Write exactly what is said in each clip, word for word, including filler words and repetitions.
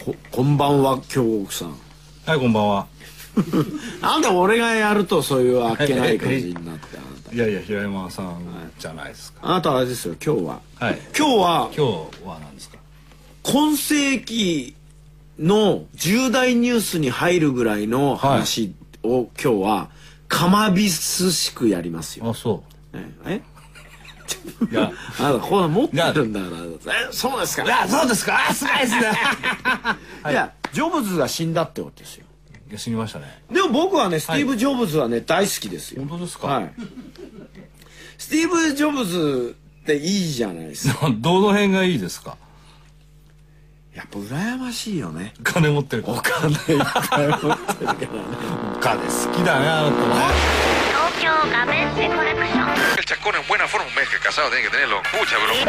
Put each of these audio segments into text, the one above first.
こ, こんばんは京極さん。 はい、こんばんは。 なんで俺がやるとそういうあっけない感じになって。あなたいやいや、平山さんじゃないですか。 あなたあれですよ、今日は、 はい、 今日は今日は何ですか。 今世紀の重大ニュースに入るぐらいの話を、はい、今日はかまびすしくやりますよ。 あ、そう。 ええいや、あなたこれ持ってるんだから。え、そうですか。いや、そうですか。あ、すごいですね。はい、いや、ジョブズが死んだってことですよ。 いや、死にましたね。 でも僕はね、スティーブ・ジョブズはね、はい、大好きですよ。 本当ですか。 はい。スティーブ・ジョブズっていいじゃないですか。 どの辺がいいですか。 やっぱ羨ましいよね。 金持ってる。 お金いっぱい持ってるからね。 お金好きだね、あなたね。 東京ガメンセコレクション。 El chascón en buena forma, un mes que casado tiene que tenerlo. Pucha, bro.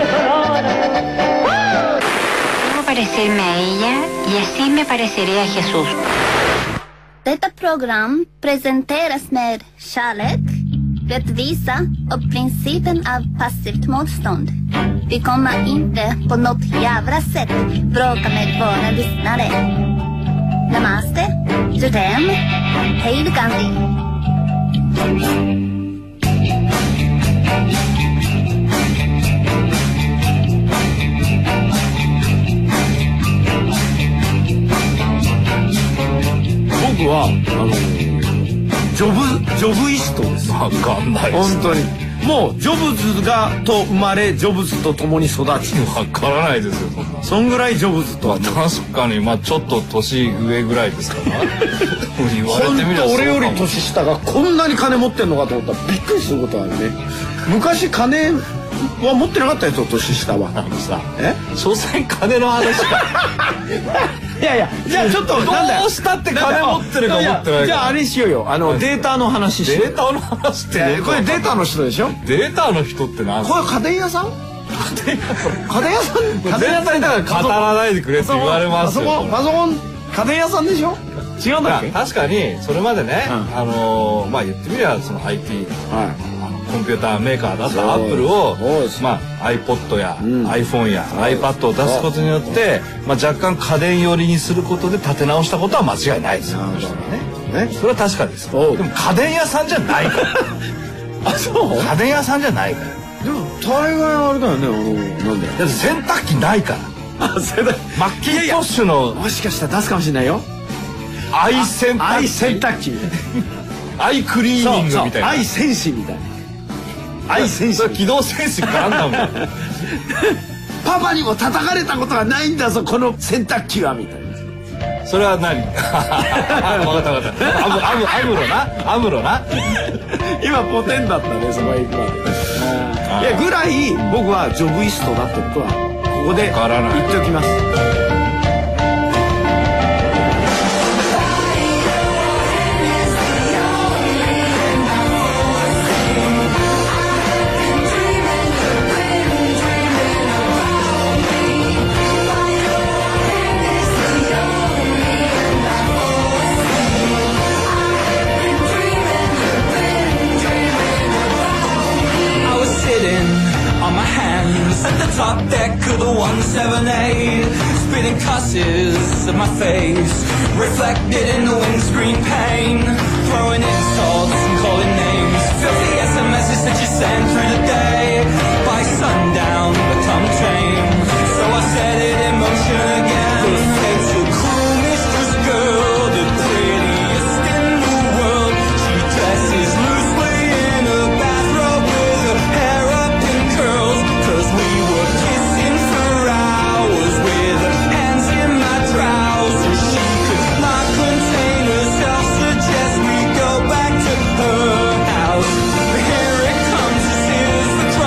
Debo parecerme a ella y así me pareceré a Jesús. Detta program presenteras med kärlek, rättvisa och principen av passivt motstånd. Vi kommer inte på något jävla sätt bråka med våra lyssnare. Namaste, Jodem, hej då Gandhi. 僕はあのジョブジョブイストです。 わかんないです。 本当にもうジョブズがと生まれジョブズと共に育ち。 わからないですよ。そんな。 そんぐらいジョブズとは、 まあ、確かにまあちょっと年上ぐらいですから。言われてみれば俺より年下がこんなに金持ってんのかと思ったらびっくりすることあるね。昔金は持ってなかったやつを年下は。 あのさ、 え？ 所詮金の話か。 いやいや、じゃあちょっとどうしたって金持ってるか持ってないか。 じゃああれしようよ。あのデータの話しよう。 データの話って、 これデータの人でしょ。 データの人って何？ これ家電屋さん？家電屋さん？家電屋さん？家電屋さんだから語らないでくれって言われますよ。 パソコン家電屋さんでしょ。違うんだっけ？ 確かにそれまでね、あのまあ言ってみればその アイティー。コンピューターメーカーだったアップルを、まあ、iPod や、うん、iPhone や iPad を出すことによって、まあ、若干家電寄りにすることで立て直したことは間違いないですよ。ね、それは確かです。でも家電屋さんじゃないから。 あ、そう？ 家電屋さんじゃないから。 でも大概あれだよね。あのなんだよ。 だって洗濯機ないから。あ、洗濯機。マッキントッシュのもしかしたら出すかもしれないよ。 アイ洗濯機。 アイ洗濯機。 アイクリーニングみたいな。 アイ戦士みたいな。アイ戦士。 機動戦士からんだもん。 パパにも叩かれたことがないんだぞこの洗濯機はみたいな。それは何？分かった分かった。アムアムアムロなアムロな。 今ポテンだったねそこへ行くまで。いやぐらい僕はジョブイストだってことはここで言っておきます。 At the top deck of the one seventy-eight, spitting cusses at my face, reflected in the windscreen pane, throwing insults and calling names, filthy S M Ses that you send through the day. By sundown, become tame, so I set it in motion again. It's a cool mistress girl, the prettiest in the world. She dresses loosely in a bathrobe with her hair up in curls. Cause we were kissing for hours with her hands in my trousers. She could not contain herself, suggest we go back to her house. But here it comes, this is the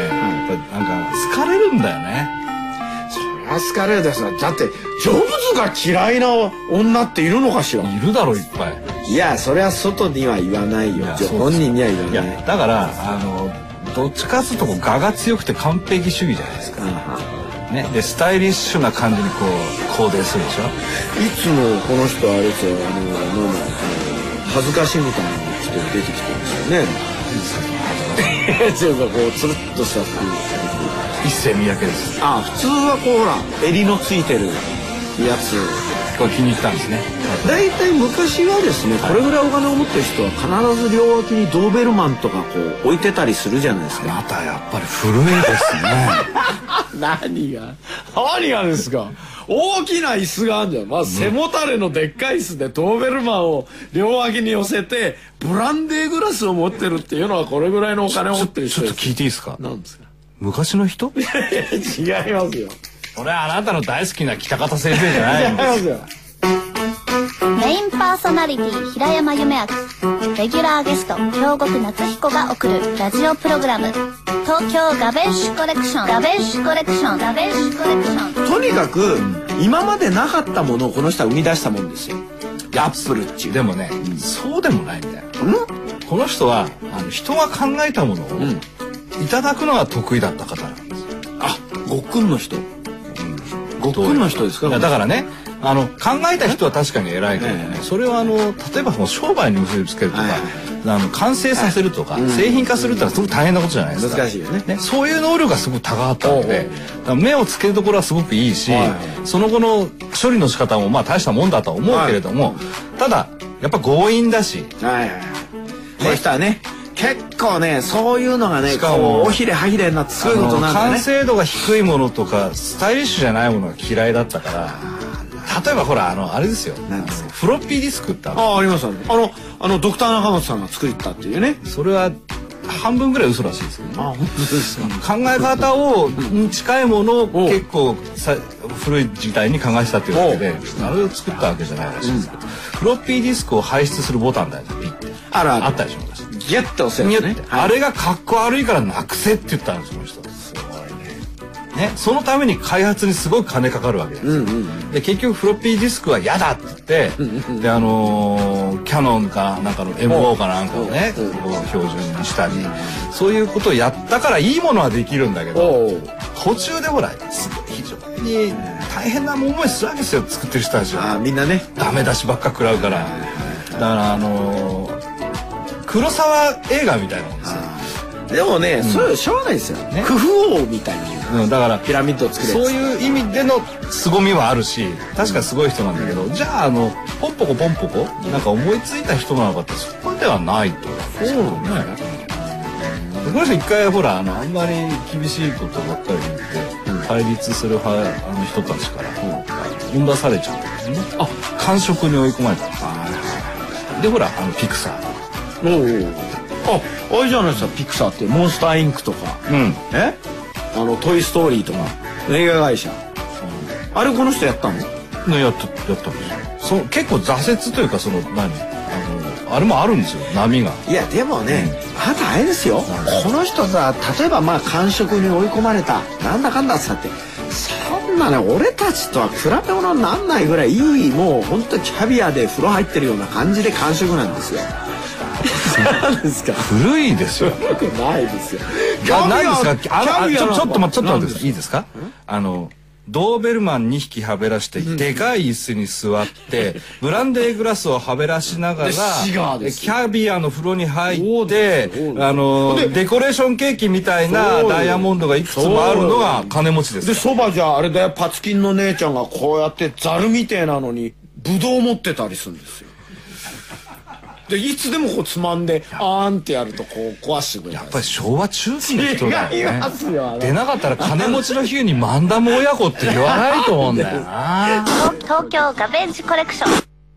やっぱなんか好かれるんだよね。 そりゃ好かれるですよ。だってジョブズが嫌いな女っているのかしら。 いるだろいっぱい。 いやそれは外には言わないよ。本人には言わない。 いやだからあのどっちかっていうとこう我が強くて完璧主義じゃないですか。ね、でスタイリッシュな感じにこうコーデするでしょ。 いつもこの人あれですよ、あのなんだ、あの恥ずかしいみたいな人出てきてるんですよね。ちょっとこうつるっとした服。 一世三宅です。 あ、普通はこうほら襟のついてるやつ。 これ気に入ったんですね。 だいたい昔はですね、これぐらいお金を持ってる人は必ず両脇にドーベルマンとかこう置いてたりするじゃないですか。 またやっぱり古いですね。 何が何がですか。大きな椅子があるじゃん。まあ背もたれのでっかい椅子でドーベルマンを両脇に寄せてブランデーグラスを持ってるっていうのはこれぐらいのお金を持ってる人です。 ちょっと聞いていいですか。 何ですか。 昔の人？ 違いますよ。 俺はあなたの大好きな北方先生じゃないんですよ。 メインパーソナリティ平山夢明、レギュラーゲスト京極夏彦が送るラジオプログラム東京ガベッシュコレクションガベッシュコレクションガベッシュコレクション。 とにかく今までなかったものをこの人は生み出したもんですよ。アップルっていう。 でもね、うん、そうでもないんだよ。この人はあの人が考えたものを、うん、いただくのが得意だった方なんです。 あ、ごっくんの人。ごっくんの人ですか。 だからね、あの考えた人は確かに偉いけどね、それはあの例えばもう商売に結びつけるとか、あの完成させるとか、製品化するってのはすごく大変なことじゃないですか。 難しいよね。 ね、そういう能力がすごく高かったので、目をつけるところはすごくいいし、その後の処理の仕方もまあ大したもんだとは思うけれども、ただやっぱ強引だし、 はいはい、この人はね。結構ね、そういうのがね、こうおひれはひれになってそういうことなんだね。 完成度が低いものとかスタイリッシュじゃないものが嫌いだったから、例えばほらあのあれですよ。なんですか。フロッピーディスクってある。 ああ、ありますある。あのあのドクター中本さんが作ったっていうね。 それは半分ぐらい嘘らしいですけどね。 あ、本当ですか。考え方をに近いものを結構さ古い時代に考えてたっていうわけで、あれを作ったわけじゃないらしいですけど、フロッピーディスクを排出するボタンだよね。ピッて。 あらあったでしょ。 ギュッと押せるね。 あれがかっこ悪いからなくせって言ったんですその人。すごいね。ね、そのために開発にすごい金かかるわけです。うんうん、で結局フロッピーディスクは嫌だって言って、うんうん、であのー、キャノンかなんかの エムオー かなんかをね、こう標準にしたり、そういうことをやったからいいものはできるんだけど、途中でほらすごい非常に大変な思いするわけですよ作ってる人たちは。 あ、みんなね。 ダメ出しばっか食らうから。だからあのー。黒沢映画みたいなもんですよ。 でもね、うん、そういうしょうがないですよ。ね、工夫王みたいに、 うん、だからピラミッドを作る。 そういう意味での凄みはあるし、確かにすごい人なんだけど、うん、じゃああのポンポコポンポコなんか思いついた人なのかってそこではないと。 そうね。 この人一回ほらあのあんまり厳しいことばっかり言って、うん、対立する派あの人たちから追い出されちゃうんですね。あ、完食に追い込まれたんです。でほらあのピクサー。 おお。あ、あれじゃないですか、ピクサーってモンスターインクとか、 うん、 え、あのトイストーリーとか映画会社、うん、あれこの人やったの？ ね、やったやったんですよ。そ結構挫折というかその何あのあれもあるんですよ波が。 いやでもね、うん、あなたあれですよ。この人さ例えばまあ完食に追い込まれたなんだかんださってそんなね俺たちとは比べ物になんないぐらいいいもう本当キャビアで風呂入ってるような感じで完食なんですよ。なんですか。 古いですよ。 古くないですよ。 何ですか。あのちょちょっと待ってちょっと待っていいですか。あのドーベルマンにひきはべらして、うん、でかい椅子に座ってブランデーグラスをはべらしながらキャビアの風呂に入ってあのデコレーションケーキみたいなダイヤモンドがいくつもあるのが金持ちです。 でそばじゃあれだよ、パツキンの姉ちゃんがこうやってザルみてえなのにブドウ持ってたりするんですよ。でいつでもこうつまんであーんってやるとこう壊してくれる。 やっぱり昭和中期の人だよね。 違いますよ。 出なかったら金持ちの日に漫談も親子って言わないと思うんだよな。 東京ガベージコレクション。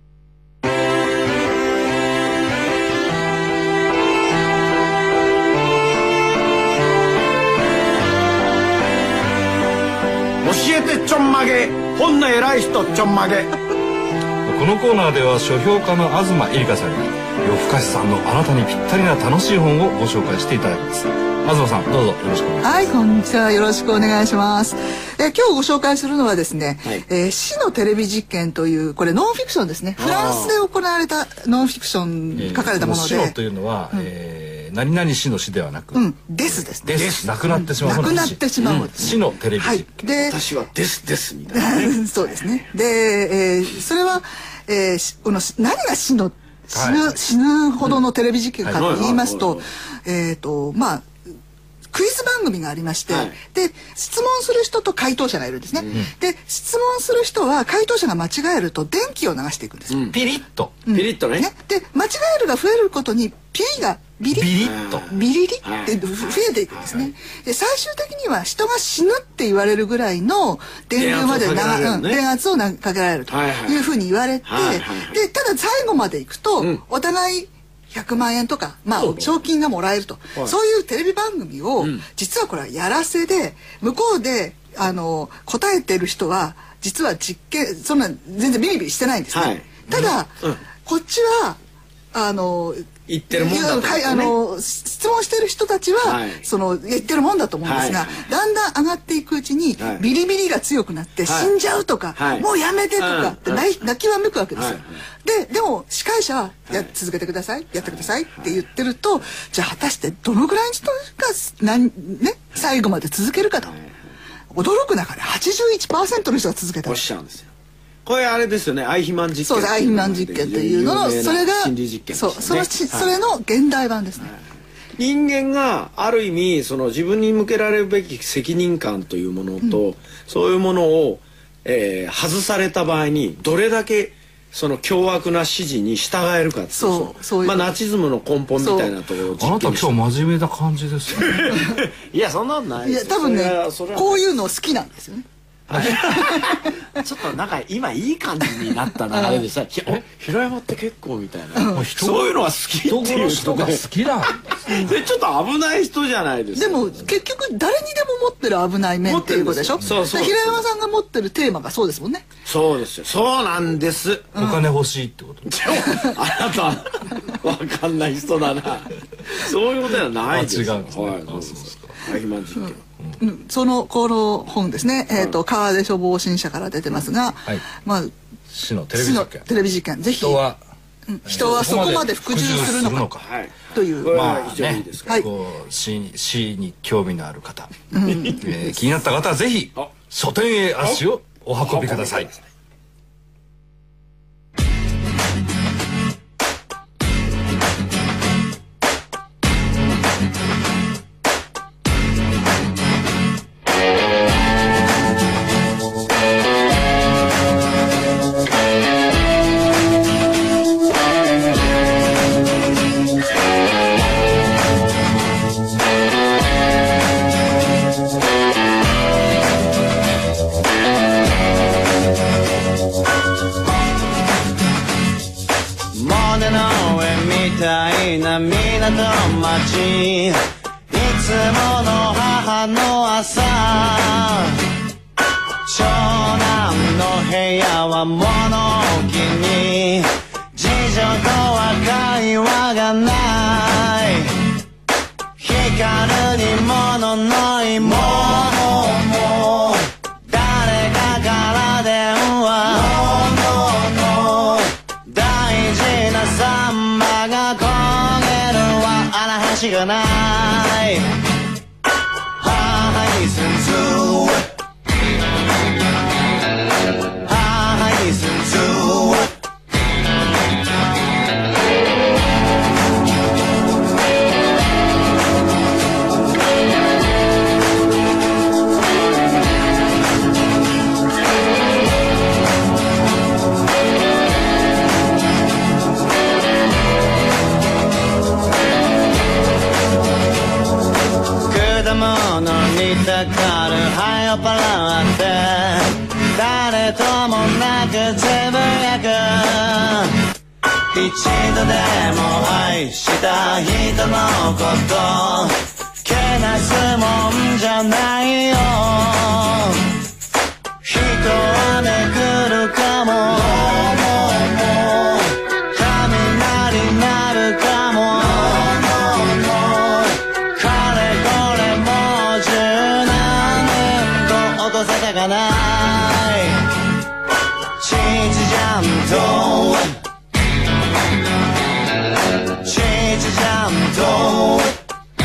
教えてちょんまげ、ほんの偉い人ちょんまげ。 このコーナーでは書評家の東えりかさんに夜更かしさんのあなたにぴったりな楽しい本をご紹介していただきます。 東さんどうぞよろしくお願いします。 はい、こんにちは、よろしくお願いします。え今日ご紹介するのはですね、はい、えー、死のテレビ実験というこれノンフィクションですね。フランスで行われたノンフィクション書かれたもので、えー、 死のというのは、うん、えー、何々死の死ではなく、 うん、ですですです、亡くなってしまう、 亡くなってしまう、うん、 死のテレビ実験、 はい、で私はですですみたいな、ね、 そうですね。で、えー、それは、えー、この何が死の死ぬ、はい、死ぬほどのテレビ実験かと言いますと、えっとまあクイズ番組がありまして、はい、で質問する人と回答者がいるんですね、うん、で質問する人は回答者が間違えると電気を流していくんです、うん、 ピリッと、 うん、 ピリッと ね, ねで間違えるが増えることにピリがビリビリッとビリリって増えていくんですね。で最終的には人が死ぬって言われるぐらいの電流までな、ね、電圧をかけられるというふうに言われて、でただ最後までいくと、うん、お互いひゃくまんえんとか、まあ、賞金がもらえると、はい、そういうテレビ番組を、うん、実はこれはやらせで向こうであの答えてる人は実は実験そんな全然ビリビリしてないんですね、はい、ただ、うん、こっちはあの言ってるもんだと、ね、 あの質問してる人たちは、はい、その言ってるもんだと思うんですが、はい、だんだん上がっていくうちに、はい、ビリビリが強くなって、はい、死んじゃうとか、はい、もうやめてとかって泣き、泣きわめくわけですよ、はい、ででも司会者はや、はい、続けてくださいやってくださいって言ってると、じゃあ果たしてどのぐらいの人が何、ね、最後まで続けるかと、はい、驚く中で はちじゅういちパーセント の人が続けた。 おっしゃるんですよ。これあれですよね、アイヒマン実験。 そうです、アイヒマン実験というののそれが心理実験、ね、 そうその、はい、それの現代版ですね、はい、 人間がある意味その自分に向けられるべき責任感というものと、うん、そういうものを、えー、外された場合にどれだけその凶悪な指示に従えるかっていう、そうそういう、まあ、ナチズムの根本みたいなところを実験して。 あなた今日真面目な感じですよねいやそんなことないですよ。 いや多分ねこういうの好きなんですよねちょっとなんか今いい感じになったなあれでさ、平山って結構みたいな、そういうのが好きっていう人が好きだでちょっと危ない人じゃないですか。 でも結局誰にでも持ってる危ない面っていうことでしょ。そうそう、平山さんが持ってるテーマがそうですもんね。 そうですよ、そうなんです、 お金欲しいってことあなたわかんない人だなそういうことではないですよ。 違うんですね。はい、そうですか。 アイヒマン実験、 うん、そのこの本ですね、えーと、川出処方新社から出てますが、はい、まあ死のテレビ実験、 テレビ実験ぜひ人は、 うん、人はそこまで服従するのかという、 まあね、 こう死死に興味のある方、うん、えー、気になった方はぜひ書店へ足をお運びください。 いつもの母の朝、長男の部屋は物置に次女とは会話がない、光る煮物の芋、誰かから電話、大事なサンマが焦げるわ、あら橋がない、母にすんず母にすんずかるはよパラって誰ともなくつぶやく、一度でも愛した人のことけなすもんじゃないよ、人はめくるかも、雷鳴るかも、彼かないチーズジャムとチーズジャムと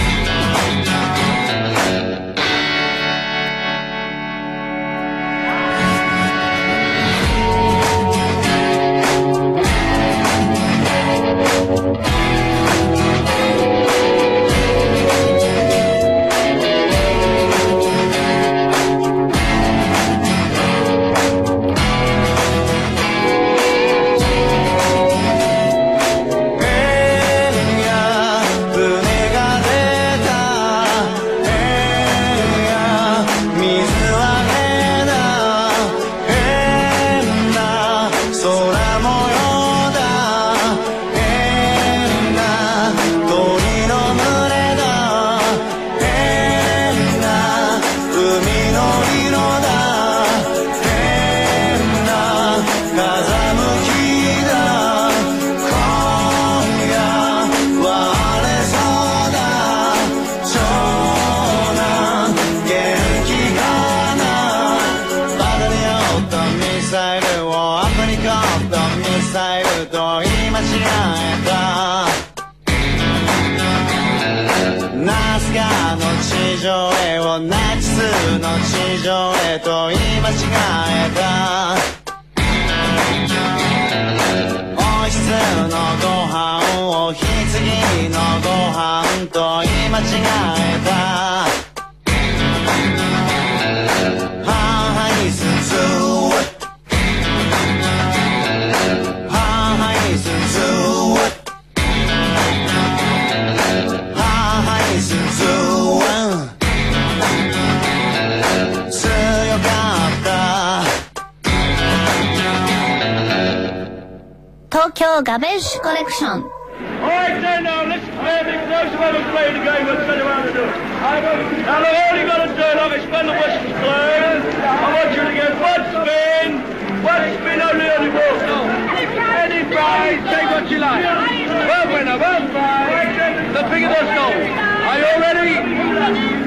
東京ガベッシュコレクション。 Alright then, now let's play the most of them play the game. What's going to do? Now all you got to do, like explain the Western play. I want you to get one spin, one spin only on the ball. Any prize, take what you like. One winner, one prize. The bigger the score. Are you all ready?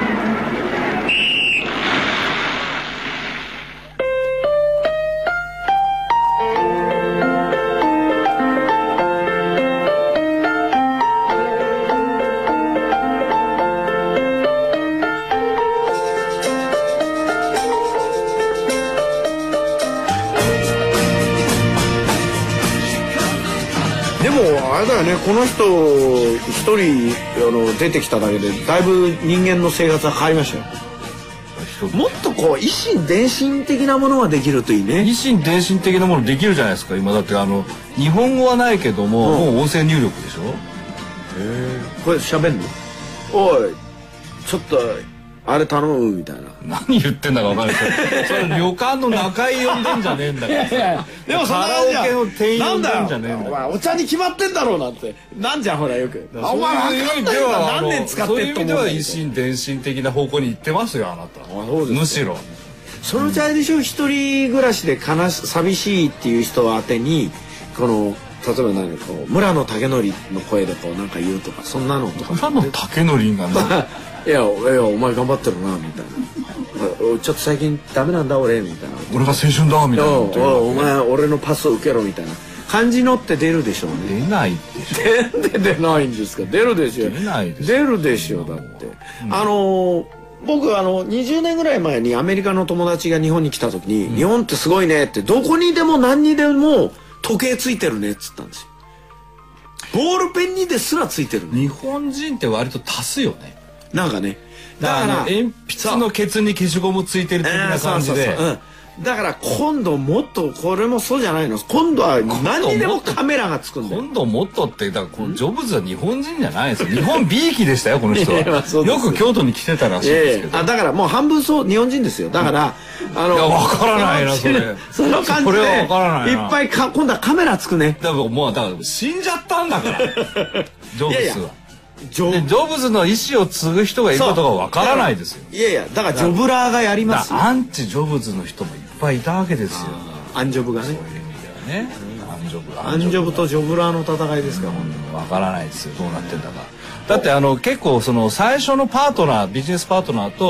あれだよね、この人一人あの出てきただけでだいぶ人間の生活が変わりましたよ。もっとこう維心伝心的なものができるといいね。 維心伝心的なものできるじゃないですか今。だってあの日本語はないけども、うん、もう音声入力でしょ。へえ。これ喋んの？おいちょっとあれ頼むみたいな。 何言ってんだか分かんないけどそれ旅館の中居呼んでんじゃねえんだからさ。いやいやでもそんなカラオケの店員呼んでんじゃねえんだよ。お茶に決まってんだろうなってなんじゃんほらよく。お前分かんないよ何年使ってそういう意味では維心伝心的な方向に行ってますよあなた。むしろそのうちあれでしょ、一人暮らしで悲し寂しいっていう人宛てにこの例えば何こう村野武則の声でこうなんか言うとかそんなのとか。 村野武則がねいやいやお前頑張ってるなみたいな。ちょっと最近ダメなんだ俺みたいな。 俺が青春だみたいな。 お前俺のパスを受けろみたいな感じのって出るでしょうね。 出ないでしょ。 出て出ないんですか。出るでしょ。 出ないです。 出るでしょだって。うん、あの僕あのにじゅうねんぐらい前にアメリカの友達が日本に来た時に、うん、日本ってすごいねってどこにでも何にでも時計ついてるねっつったんですよ。ボールペンにですらついてる、ね。 日本人って割と足すよね。 なんかね。 だから鉛筆のケツに消しゴムついてる的な感じで。 だから今度もっとこれもそうじゃないの。今度は何にでもカメラがつくんだよ。 今度もっとってだからこのジョブズは日本人じゃないですよ。日本 B 期でしたよこの人は。よく京都に来てたらしいですけど。 あだからもう半分そう日本人ですよ。だからあのいやわからないなそれ。 その感じでいっぱいか今度はカメラつくね。 だからもうだから死んじゃったんだから。ジョブズは。ジョジョブズの意思を継ぐ人がいることがわからないですよ。 いやいやだからジョブラーがやりますよ。 アンチジョブズの人もいっぱいいたわけですよ。 アンジョブがね。 そういう意味ではね。アンジョブアンジョブとジョブラーの戦いですから。 わからないですよどうなってんだか。だってあの結構その最初のパートナービジネスパートナーと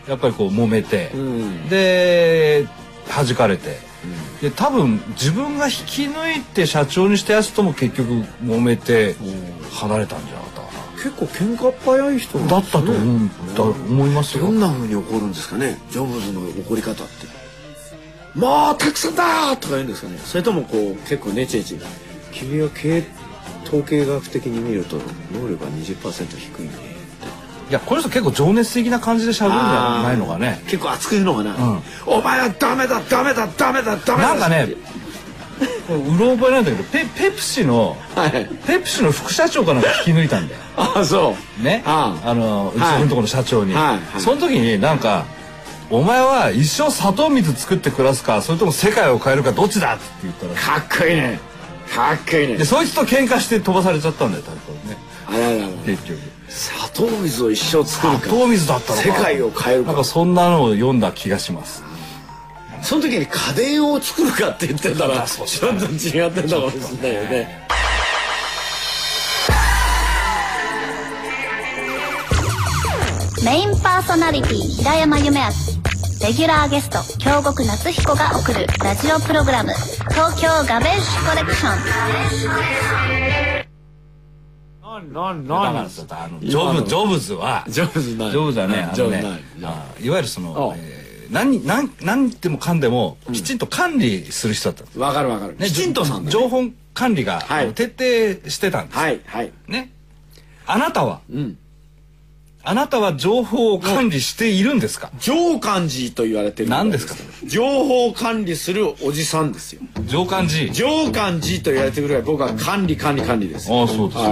やっぱりこう揉めて、うん、で弾かれて、うん、で多分自分が引き抜いて社長にしたやつとも結局揉めて離れたんじゃなかったかな。 結構喧嘩っ早い人、ね、 だったと思う、だ思いますよ。 どんな風に怒るんですかね、ジョブズの怒り方って。もうたくさんだとか言うんですかね。それともこう結構ネチネチ、君は経統計学的に見ると能力が にじゅっパーセント 低いね。 いやこの人結構情熱的な感じで喋るんじゃないのかね。 結構熱く言うのかな、うん、お前はダメだダメだダメだダメだ。 なんかねうろ覚えなんだけど ペ, ペプシの、はい、ペプシの副社長かなんか引き抜いたんだよ。 あそうね、ああのうちのところの社長に、はいはいはい、その時になんかお前は一生砂糖水作って暮らすかそれとも世界を変えるかどっちだって言ったらかっこいいねかっこいいね。 でそいつと喧嘩して飛ばされちゃったんだよ多分ね。 あららら結局砂糖水を一生作るか砂糖水だったのか世界を変えるかなんかそんなのを読んだ気がします。 その時に家電を作るかって言ってたらちょっと違ってたかもしれないよね。 メインパーソナリティ平山夢明、レギュラーゲスト京極夏彦が送るラジオプログラム東京ガベッシュコレクション。 なんなんなんジョブジョブズはジョブズないジョブズはねあのねいわゆるその何何何でもかんでもきちんと管理する人だった。 わかるわかる。 きちんと情報管理が徹底してたんです。 はいはい。 ね。あなたは。うん。あなたは情報を管理しているんですか。 上官寺と言われてる。 何ですか。 情報を管理するおじさんですよ。 上官寺。 上官寺と言われてるぐらい僕は管理管理管理です。 ああそうです。はい、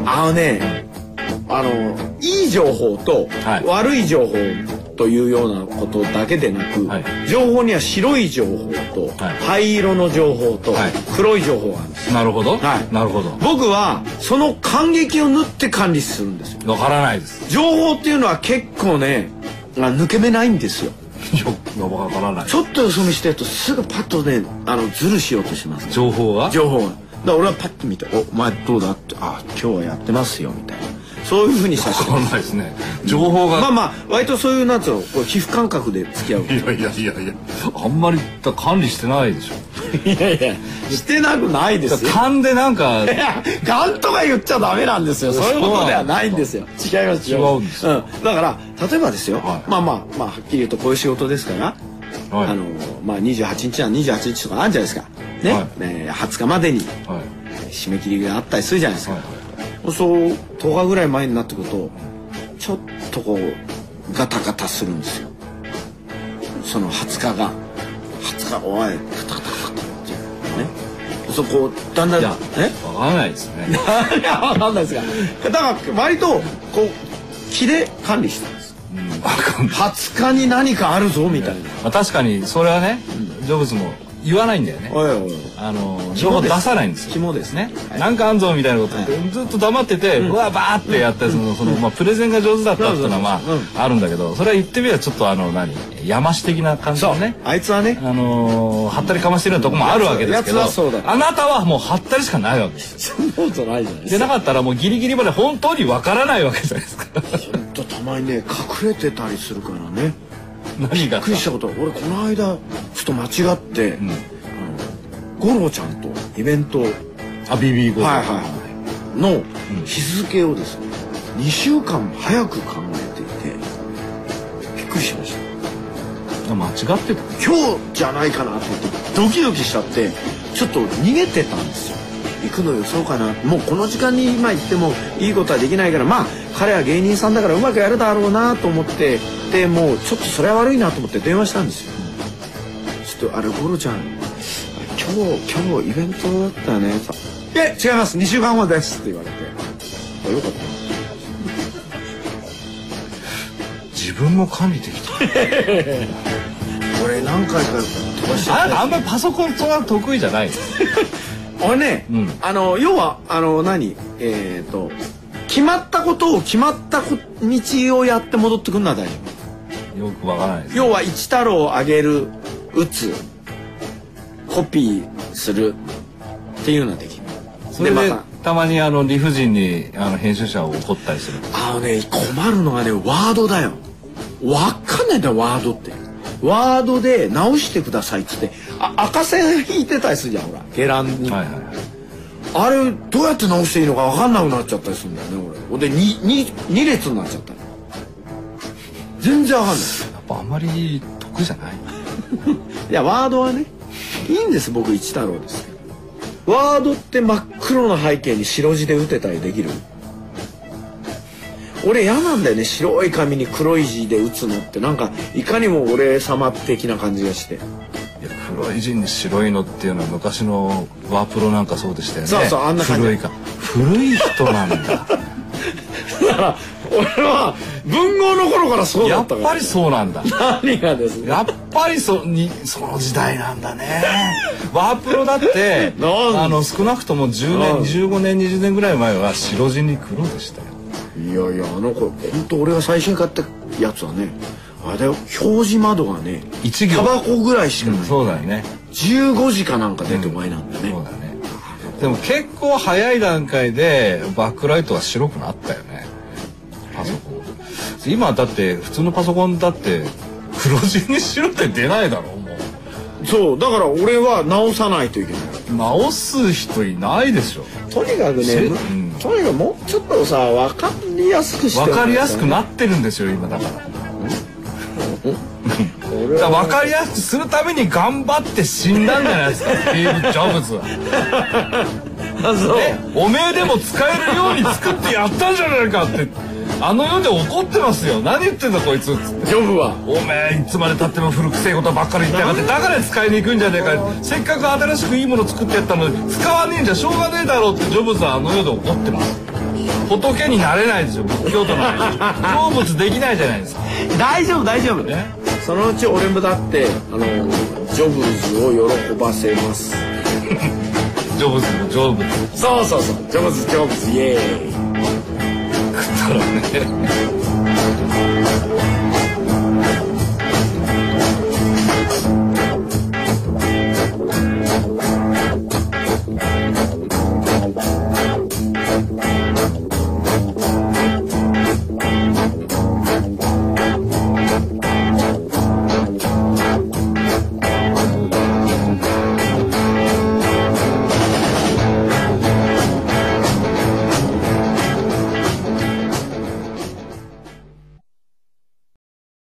あのね、あのいい情報と悪い情報というようなことだけでなく、はい、情報には白い情報と、はい、灰色の情報と、はい、黒い情報があるんです。 なるほど、はい、なるほど。 僕はその間隙を縫って管理するんですよ。 わからないです。 情報っていうのは結構ね抜け目ないんですよ。 わからない。 ちょっとよそ見してるとすぐパッとねあのズルしようとします、ね、 情報は情報はだから俺はパッと見て「おお前どうだ?」って「あ今日はやってますよ」みたいな。そういうふうにさせてわかんないですね。情報がまあまあ割とそういうなんつうのこう皮膚感覚で付き合う。 いやいやいやいやあんまり管理してないでしょ。 いやいやしてなくないですよ。 勘でなんかいや勘とか言っちゃダメなんですよ。そういうことではないんですよ。違います違うんですよ、 うん、だから例えばですよ、はい、まあまあまあはっきり言うとこういう仕事ですから、はい、あのまあにじゅうはちにちはにじゅうはちにちとかあるじゃないですかね、はいえー、はつかまでに締め切りがあったりするじゃないですか、はいそうとおかぐらい前になってくるとちょっとこうガタガタするんですよ。そのはつかがはつかおいガタガタガタっていうねそこだんだんね分からないですね。 いや分かんないですがだから割とこう気で管理してるんです。うん、はつかに何かあるぞみたいな、 まあ、確かにそれはね、うん、ジョブズも言わないんだよね。 おいおいあの情報出さないんですよ。 肝ですね。 なんかあんぞみたいなことってずっと黙ってて、うわバーってやってそのそのまあプレゼンが上手だったっていうのはまああるんだけど、それは言ってみればちょっとあの何山師的な感じのね。 あいつはね、 あのはったりかましてるようなとこもあるわけですけど、あなたはもうはったりしかないわけです。 そんなことないじゃないですか。 でなかったらもうギリギリまで本当にわからないわけじゃないですか。 本当たまにね隠れてたりするからね。 何が？ びっくりしたこと。俺この間ちょっと間違って。五郎ちゃんとイベントあ ビービー 五郎、 はいはい、の日付をですね、うん、にしゅうかん早く考えていてびっくりしました。 間違ってた。 今日じゃないかなと思ってドキドキしちゃってちょっと逃げてたんですよ。行くのよそうかなもうこの時間に今行ってもいいことはできないからまあ彼は芸人さんだからうまくやるだろうなと思ってでもうちょっとそれは悪いなと思って電話したんですよ。ちょっとあれ五郎ちゃん今日今日イベントだったよね。え違いますにしゅうかんごですって言われてあよかった。 自分も管理できた。 俺何回か飛ばしちゃった。 あんまりパソコンそんな得意じゃない。 俺ね、うん、あの要はあの何えっ、ー、と決まったことを決まった道をやって戻ってくるのは大丈夫。よくわからないです、ね。 要は一太郎を上げる打つコピーするっていうのはできる。 それでまたたまにあの理不尽にあの編集者を怒ったりする。 あのね困るのがねワードだよ。 わかんないんだよワードって。ワードで直してくださいっつってあ赤線引いてたりするじゃんほら下欄に、はいはい、あれどうやって直していいのかわかんなくなっちゃったりするんだよね俺。で 2, 2, 2列になっちゃったの全然わかんない。 やっぱあんまり得じゃないいやワードはねいいんです僕一太郎ですけど。ワードって真っ黒な背景に白字で打てたりできる。俺嫌なんだよね白い紙に黒い字で打つのってなんかいかにも俺様的な感じがして。 いや黒い字に白いのっていうのは昔のワープロなんかそうでしたよね。 そうそうあんな感じ。 古いか古い人なんだだから俺は文豪の頃からそうだったから。 やっぱりそうなんだ。 何がですね。 やっぱりそにその時代なんだね。ワープロだってあの少なくともじゅうねんじゅうごねんにじゅうねんぐらい前は白地に黒でしたよ。 いやいやあの子本当俺が最初に買ったやつはねあれだよ表示窓がねいち行タバコぐらいしかない、うん、 そうだよねじゅうごじかなんか出て前なんだね、 うん、そうだね。でも結構早い段階でバックライトが白くなったよねパソコン。今だって普通のパソコンだって黒字に白って出ないだろうもう。 そうだから俺は直さないといけない。 直す人いないでしょ。 とにかくね、うん、とにかくもうちょっとさ分かりやすくして、 ね、分かりやすくなってるんですよ今だから。だから分かりやすくするために頑張って死んだんじゃないですかスティーブ・ジョブズは。あそうね、おめえでも使えるように作ってやったんじゃないかってあの世で怒ってますよ。何言ってんだこいつっつって。 ジョブはおめえいつまでたっても古くせえことばっかり言ってやがってだから使いに行くんじゃねえか。せっかく新しくいいもの作ってやったのに使わねえんじゃしょうがねえだろうってジョブズはあの世で怒ってます。仏になれないですよ仏教徒なんで成仏できないじゃないですか。 大丈夫大丈夫ね。そのうち俺もだってあのジョブズを喜ばせます。 ジョブズもジョブズそうそうそうジョブズジョブズイエーイ。 食ったらね